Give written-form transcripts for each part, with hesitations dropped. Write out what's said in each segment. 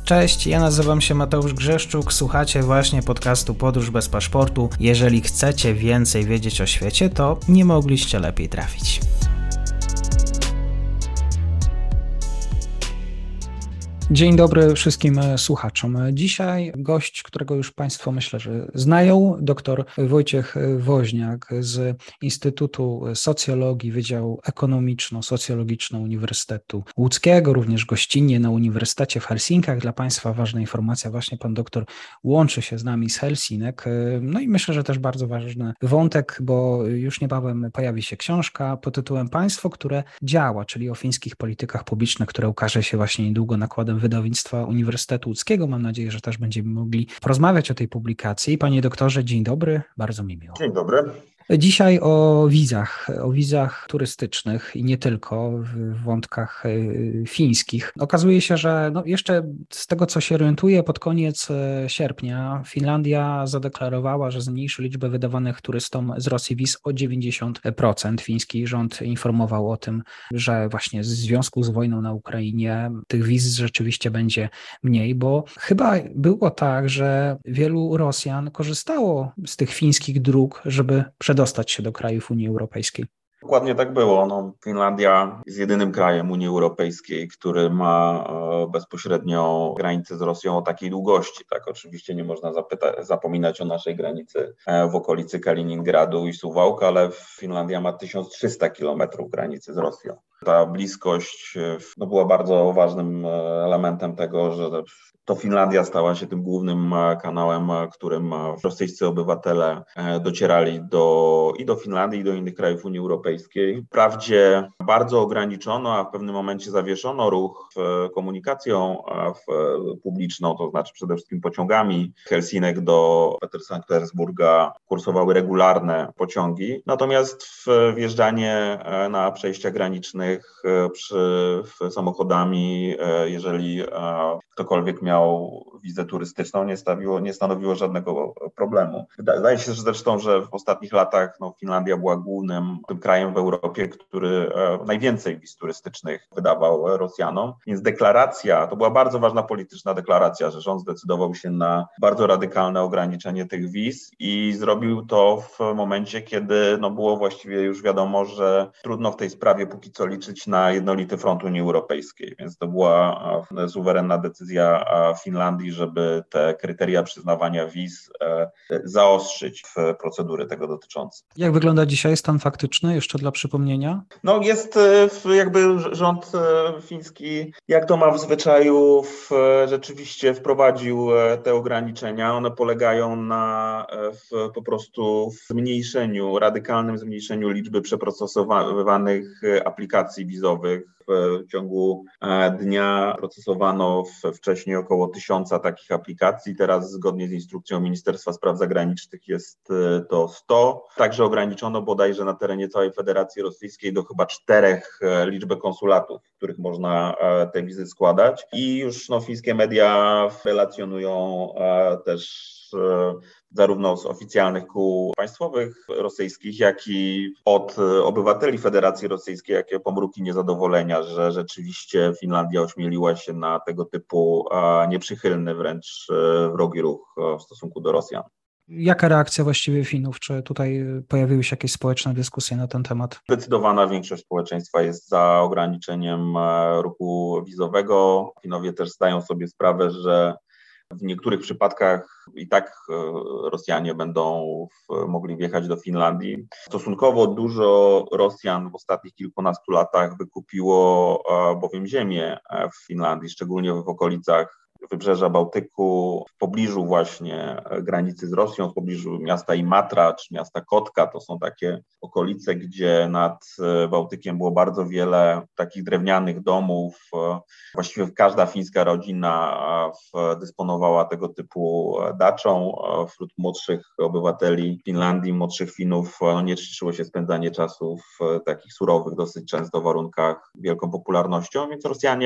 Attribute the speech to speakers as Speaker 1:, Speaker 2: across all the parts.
Speaker 1: Cześć, ja nazywam się Mateusz Grzeszczuk, słuchacie właśnie podcastu Podróż bez paszportu. Jeżeli chcecie więcej wiedzieć o świecie, to nie mogliście lepiej trafić. Dzień dobry wszystkim słuchaczom. Dzisiaj gość, którego już Państwo myślę, że znają, dr Wojciech Woźniak z Instytutu Socjologii, Wydziału Ekonomiczno-Socjologiczno Uniwersytetu Łódzkiego, również gościnnie na Uniwersytecie w Helsinkach. Dla Państwa ważna informacja, właśnie pan doktor łączy się z nami z Helsinek. No i myślę, że też bardzo ważny wątek, bo już niebawem pojawi się książka pod tytułem Państwo, które działa, czyli o fińskich politykach publicznych, która ukaże się właśnie niedługo nakładem wydawnictwa Uniwersytetu Łódzkiego. Mam nadzieję, że też będziemy mogli porozmawiać o tej publikacji. Panie doktorze, dzień dobry, bardzo mi miło.
Speaker 2: Dzień dobry.
Speaker 1: Dzisiaj o wizach turystycznych i nie tylko, w wątkach fińskich. Okazuje się, że jeszcze z tego, co się orientuję, pod koniec sierpnia Finlandia zadeklarowała, że zmniejszy liczbę wydawanych turystom z Rosji wiz o 90%. Fiński rząd informował o tym, że właśnie w związku z wojną na Ukrainie tych wiz rzeczywiście będzie mniej, bo chyba było tak, że wielu Rosjan korzystało z tych fińskich dróg, żeby przedostać się do krajów Unii Europejskiej.
Speaker 2: Dokładnie tak było. Finlandia jest jedynym krajem Unii Europejskiej, który ma bezpośrednio granicę z Rosją o takiej długości. Tak, oczywiście nie można zapominać o naszej granicy w okolicy Kaliningradu i Suwałk, ale Finlandia ma 1300 kilometrów granicy z Rosją. Ta bliskość była bardzo ważnym elementem tego, że to Finlandia stała się tym głównym kanałem, którym rosyjscy obywatele docierali i do Finlandii, i do innych krajów Unii Europejskiej. Wprawdzie bardzo ograniczono, a w pewnym momencie zawieszono ruch komunikacją publiczną, to znaczy przede wszystkim pociągami. Helsinek do Sankt Petersburga kursowały regularne pociągi, natomiast wjeżdżanie na przejścia granicznych samochodami, jeżeli ktokolwiek miał wizę turystyczną, nie stanowiło żadnego problemu. Wydaje się zresztą, że w ostatnich latach Finlandia była głównym tym krajem w Europie, który najwięcej wiz turystycznych wydawał Rosjanom. Więc to była bardzo ważna polityczna deklaracja, że rząd zdecydował się na bardzo radykalne ograniczenie tych wiz i zrobił to w momencie, kiedy było właściwie już wiadomo, że trudno w tej sprawie póki co liczyć na jednolity front Unii Europejskiej. Więc to była suwerenna decyzja Finlandii, żeby te kryteria przyznawania wiz zaostrzyć w procedury tego dotyczące.
Speaker 1: Jak wygląda dzisiaj stan faktyczny, jeszcze dla przypomnienia?
Speaker 2: Jest jakby rząd fiński, jak to ma w zwyczaju, rzeczywiście wprowadził te ograniczenia. One polegają na po prostu radykalnym zmniejszeniu liczby przeprocesowywanych aplikacji wizowych. W ciągu dnia procesowano wcześniej około 1000 takich aplikacji. Teraz zgodnie z instrukcją Ministerstwa Spraw Zagranicznych jest to 100. Także ograniczono bodajże na terenie całej Federacji Rosyjskiej do chyba 4 liczbę konsulatów, w których można te wizy składać. I już fińskie media relacjonują też zarówno z oficjalnych kół państwowych rosyjskich, jak i od obywateli Federacji Rosyjskiej, jakie pomruki niezadowolenia, że rzeczywiście Finlandia ośmieliła się na tego typu nieprzychylny, wręcz wrogi ruch w stosunku do Rosjan.
Speaker 1: Jaka reakcja właściwie Finów? Czy tutaj pojawiły się jakieś społeczne dyskusje na ten temat?
Speaker 2: Zdecydowana większość społeczeństwa jest za ograniczeniem ruchu wizowego. Finowie też zdają sobie sprawę, że w niektórych przypadkach i tak Rosjanie będą mogli wjechać do Finlandii. Stosunkowo dużo Rosjan w ostatnich kilkunastu latach wykupiło bowiem ziemię w Finlandii, szczególnie w okolicach wybrzeża Bałtyku, w pobliżu właśnie granicy z Rosją, w pobliżu miasta Imatra czy miasta Kotka. To są takie okolice, gdzie nad Bałtykiem było bardzo wiele takich drewnianych domów. Właściwie każda fińska rodzina dysponowała tego typu daczą. Wśród młodszych obywateli Finlandii, młodszych Finów nie liczyło się spędzanie czasu w takich surowych dosyć często warunkach wielką popularnością, więc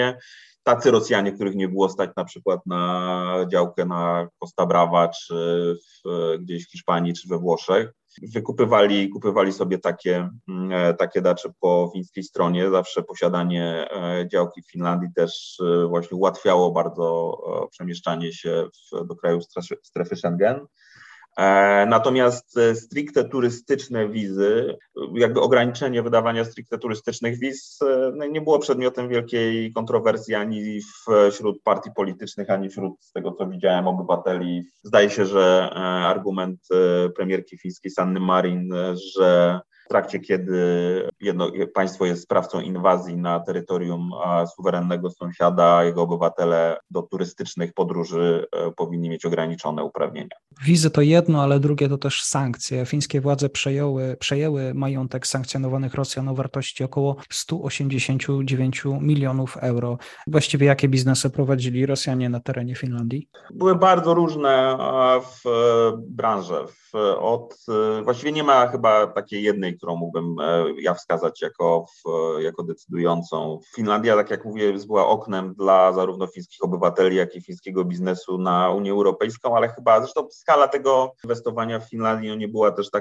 Speaker 2: tacy Rosjanie, których nie było stać na przykład na działkę na Costa Brava, czy gdzieś w Hiszpanii, czy we Włoszech, kupywali sobie takie dacze po fińskiej stronie. Zawsze posiadanie działki w Finlandii też właśnie ułatwiało bardzo przemieszczanie się do krajów strefy Schengen. Natomiast stricte turystyczne wizy, jakby ograniczenie wydawania stricte turystycznych wiz nie było przedmiotem wielkiej kontrowersji ani wśród partii politycznych, ani wśród, z tego co widziałem, obywateli. Zdaje się, że argument premierki fińskiej Sanny Marin, że w trakcie, kiedy jedno państwo jest sprawcą inwazji na terytorium suwerennego sąsiada, jego obywatele do turystycznych podróży powinni mieć ograniczone uprawnienia.
Speaker 1: Wizy to jedno, ale drugie to też sankcje. Fińskie władze przejęły majątek sankcjonowanych Rosjan o wartości około 189 milionów euro. Właściwie jakie biznesy prowadzili Rosjanie na terenie Finlandii?
Speaker 2: Były bardzo różne branże. Właściwie nie ma chyba takiej jednej, którą mógłbym ja wskazać jako decydującą. Finlandia, tak jak mówię, była oknem dla zarówno fińskich obywateli, jak i fińskiego biznesu na Unię Europejską, ale chyba zresztą skala tego inwestowania w Finlandii nie była też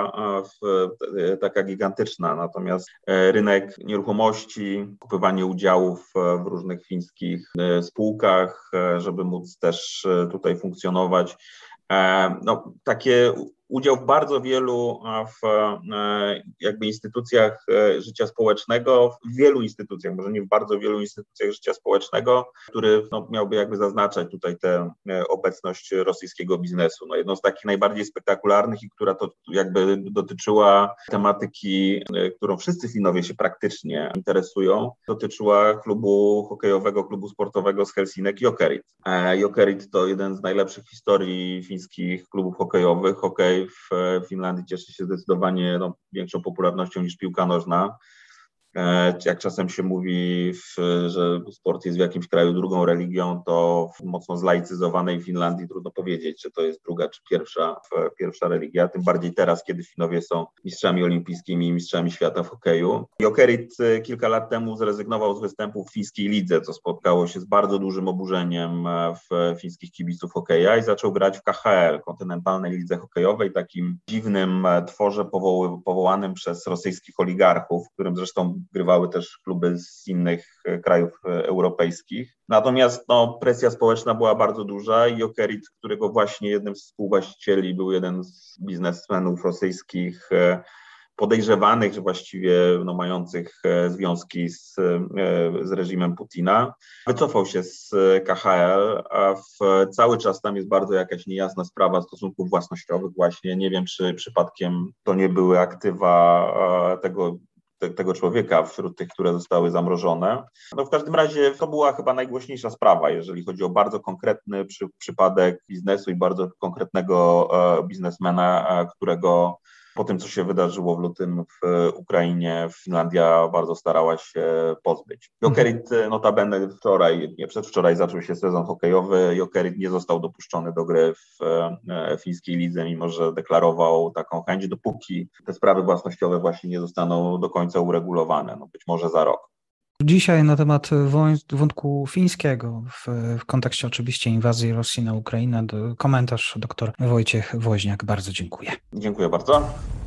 Speaker 2: taka gigantyczna. Natomiast rynek nieruchomości, kupywanie udziałów w różnych fińskich spółkach, żeby móc też tutaj funkcjonować. Udział w bardzo wielu jakby instytucjach życia społecznego, w wielu instytucjach, może nie w bardzo wielu instytucjach życia społecznego, który miałby jakby zaznaczać tutaj tę obecność rosyjskiego biznesu. Jedną z takich najbardziej spektakularnych i która to jakby dotyczyła tematyki, którą wszyscy Finowie się praktycznie interesują, dotyczyła klubu hokejowego, klubu sportowego z Helsinek Jokerit. Jokerit to jeden z najlepszych w historii fińskich klubów hokejowych. Hokej w Finlandii cieszy się zdecydowanie większą popularnością niż piłka nożna. Jak czasem się mówi, że sport jest w jakimś kraju drugą religią, to w mocno zlaicyzowanej Finlandii trudno powiedzieć, czy to jest druga czy pierwsza religia, tym bardziej teraz, kiedy Finowie są mistrzami olimpijskimi i mistrzami świata w hokeju. Jokerit kilka lat temu zrezygnował z występu w fińskiej lidze, co spotkało się z bardzo dużym oburzeniem fińskich kibiców hokeja i zaczął grać w KHL, kontynentalnej lidze hokejowej, takim dziwnym tworze powołanym przez rosyjskich oligarchów, w którym zresztą grywały też kluby z innych krajów europejskich. Natomiast presja społeczna była bardzo duża i Jokerit, którego właśnie jednym z współwłaścicieli był jeden z biznesmenów rosyjskich podejrzewanych, że właściwie mających związki z reżimem Putina, wycofał się z KHL, a cały czas tam jest bardzo jakaś niejasna sprawa stosunków własnościowych właśnie. Nie wiem, czy przypadkiem to nie były aktywa tego człowieka wśród tych, które zostały zamrożone. W każdym razie to była chyba najgłośniejsza sprawa, jeżeli chodzi o bardzo konkretny przypadek biznesu i bardzo konkretnego biznesmena, którego po tym, co się wydarzyło w lutym w Ukrainie, Finlandia bardzo starała się pozbyć. Jokerit notabene przedwczoraj zaczął się sezon hokejowy. Jokerit nie został dopuszczony do gry w fińskiej lidze, mimo że deklarował taką chęć, dopóki te sprawy własnościowe właśnie nie zostaną do końca uregulowane, być może za rok.
Speaker 1: Dzisiaj na temat wątku fińskiego, w kontekście oczywiście inwazji Rosji na Ukrainę, komentarz dr Wojciech Woźniak. Bardzo dziękuję.
Speaker 2: Dziękuję bardzo.